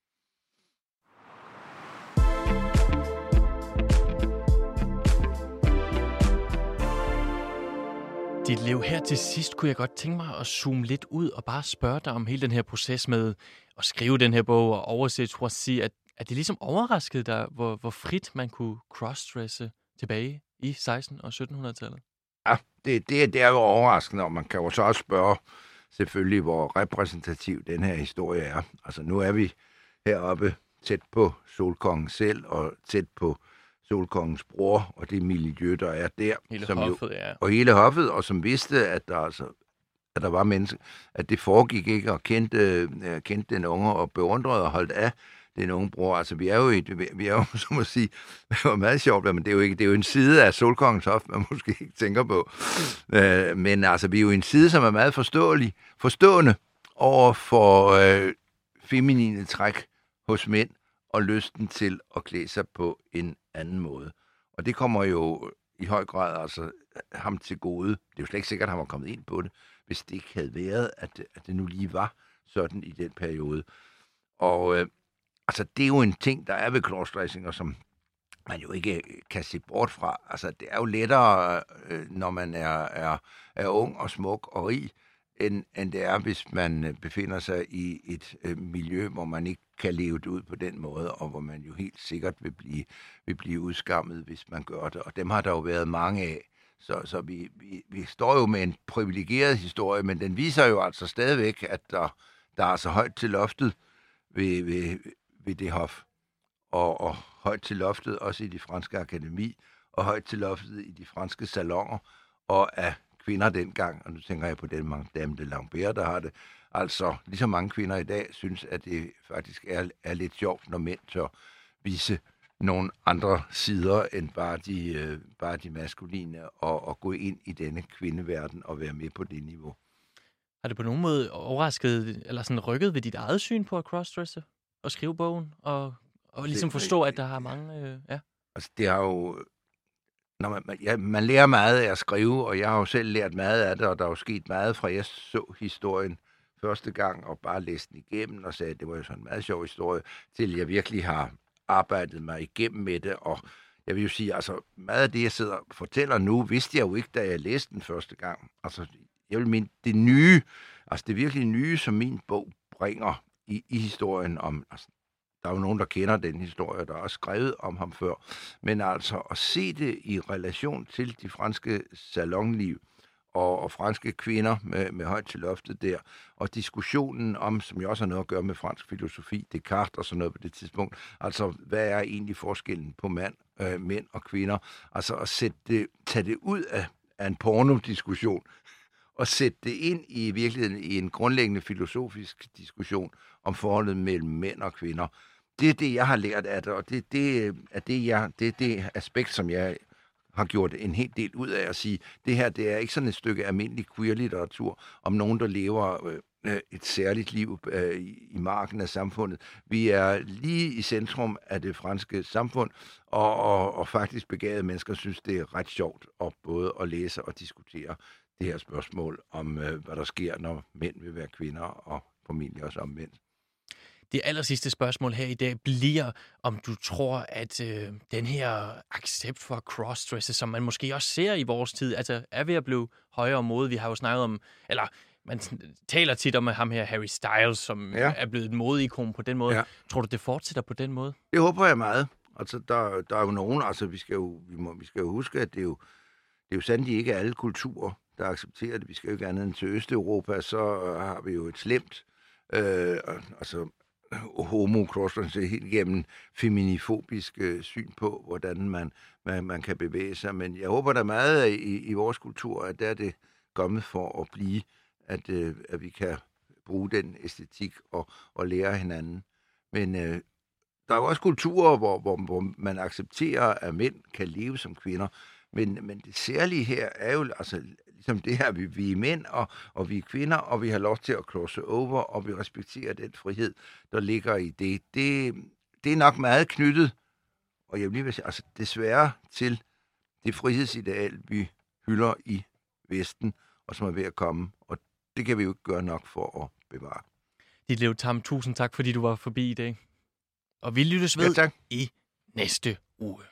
Ditlev, her til sidst kunne jeg godt tænke mig at zoome lidt ud og bare spørge dig om hele den her proces med at skrive den her bog og oversætte Choisy. At det ligesom overraskede dig, hvor frit man kunne crossdresse tilbage i 1600- og 1700-tallet? Ja, det er jo overraskende, og man kan jo så også spørge selvfølgelig, hvor repræsentativ den her historie er. Altså nu er vi heroppe tæt på Solkongen selv og tæt på Solkongens bror og det miljø, der er der. Hele hoffet, ja. Og hele hoffet, og som vidste, at der var mennesker, at det foregik ikke, og kendte den unge og beundrede og holdt af den unge bror. Altså vi er jo som at sige, det var meget sjovt, men det er jo en side af Solkongens hof, man måske ikke tænker på. Men altså vi er jo en side, som er meget forstående over for feminine træk hos mænd, og lysten til at klæde sig på en anden måde. Og det kommer jo i høj grad altså ham til gode. Det er jo slet ikke sikkert, at han var kommet ind på det, hvis det ikke havde været, at det nu lige var sådan i den periode. Og altså det er jo en ting, der er ved crossdressinger, som man jo ikke kan se bort fra. Altså det er jo lettere, når man er ung og smuk og rig, end det er, hvis man befinder sig i et miljø, hvor man ikke kan leve det ud på den måde, og hvor man jo helt sikkert vil blive udskammet, hvis man gør det. Og dem har der jo været mange af. Så vi står jo med en privilegeret historie, men den viser jo altså stadigvæk, at der er så højt til loftet ved det hof, og højt til loftet også i det franske akademi, og højt til loftet i de franske salonger, og af kvinder dengang, og nu tænker jeg på den Madame de Lambert, der har det, altså lige så mange kvinder i dag synes, at det faktisk er lidt sjovt, når mænd tør vise nogle andre sider end bare de maskuline, og gå ind i denne kvindeverden og være med på det niveau. Har det på nogen måde overrasket, eller sådan rykket ved dit eget syn på at crossdresse og skrive bogen, og ligesom forstå, at der har mange... Altså, det har jo... Man lærer meget af at skrive, og jeg har jo selv lært meget af det, og der er jo sket meget fra jeg så historien første gang, og bare læste den igennem, og sagde, at det var jo sådan en meget sjov historie, til jeg virkelig har arbejdet mig igennem med det, og jeg vil jo sige, altså meget af det, jeg sidder og fortæller nu, vidste jeg jo ikke, da jeg læste den første gang. Altså, jeg vil mene, det nye, altså det virkelig nye, som min bog bringer i historien om... Altså, der er jo nogen, der kender den historie, der er også skrevet om ham før. Men altså at se det i relation til de franske salonliv og franske kvinder med højt til loftet der, og diskussionen om, som jo også har noget at gøre med fransk filosofi, Descartes og sådan noget på det tidspunkt, altså hvad er egentlig forskellen på mænd og kvinder? Altså at tage det ud af en pornodiskussion, og sætte det ind i virkeligheden i en grundlæggende filosofisk diskussion om forholdet mellem mænd og kvinder. Det er det, jeg har lært af det, og det er det aspekt, som jeg har gjort en hel del ud af at sige, det her, det er ikke sådan et stykke almindelig queer-litteratur om nogen, der lever et særligt liv i marken af samfundet. Vi er lige i centrum af det franske samfund, og faktisk begavede mennesker synes, det er ret sjovt både at læse og diskutere det her spørgsmål om, hvad der sker, når mænd vil være kvinder, og formentlig også omvendt. Det allersidste spørgsmål her i dag bliver, om du tror, at den her accept for crossdresse, som man måske også ser i vores tid, altså er ved at blive højere mode. Vi har jo snakket om, eller man taler tit om ham her, Harry Styles, som er blevet et modeikon på den måde. Ja. Tror du, det fortsætter på den måde? Det håber jeg meget. Altså, der er jo nogen, altså vi skal jo huske, at det er jo sandelig ikke alle kulturer, der accepterer det. Vi skal jo ikke andet end til Østeuropa, så har vi jo et slemt, homo-crossdresse helt igennem feminifobisk syn på, hvordan man kan bevæge sig. Men jeg håber der meget i vores kultur, at der er det kommet for at blive, at vi kan bruge den æstetik og lære hinanden. Men der er jo også kulturer, hvor man accepterer, at mænd kan leve som kvinder. Men det særlige her er jo altså ligesom det her, vi er mænd, og vi er kvinder, og vi har lov til at crosse over, og vi respekterer den frihed, der ligger i det. Det er nok meget knyttet, og jeg vil lige vil sige, altså desværre til det frihedsideal, vi hylder i Vesten, og som er ved at komme, og det kan vi jo ikke gøre nok for at bevare. Ditlev Tamm, tusind tak, fordi du var forbi i dag. Og vi lyttes ved i næste uge.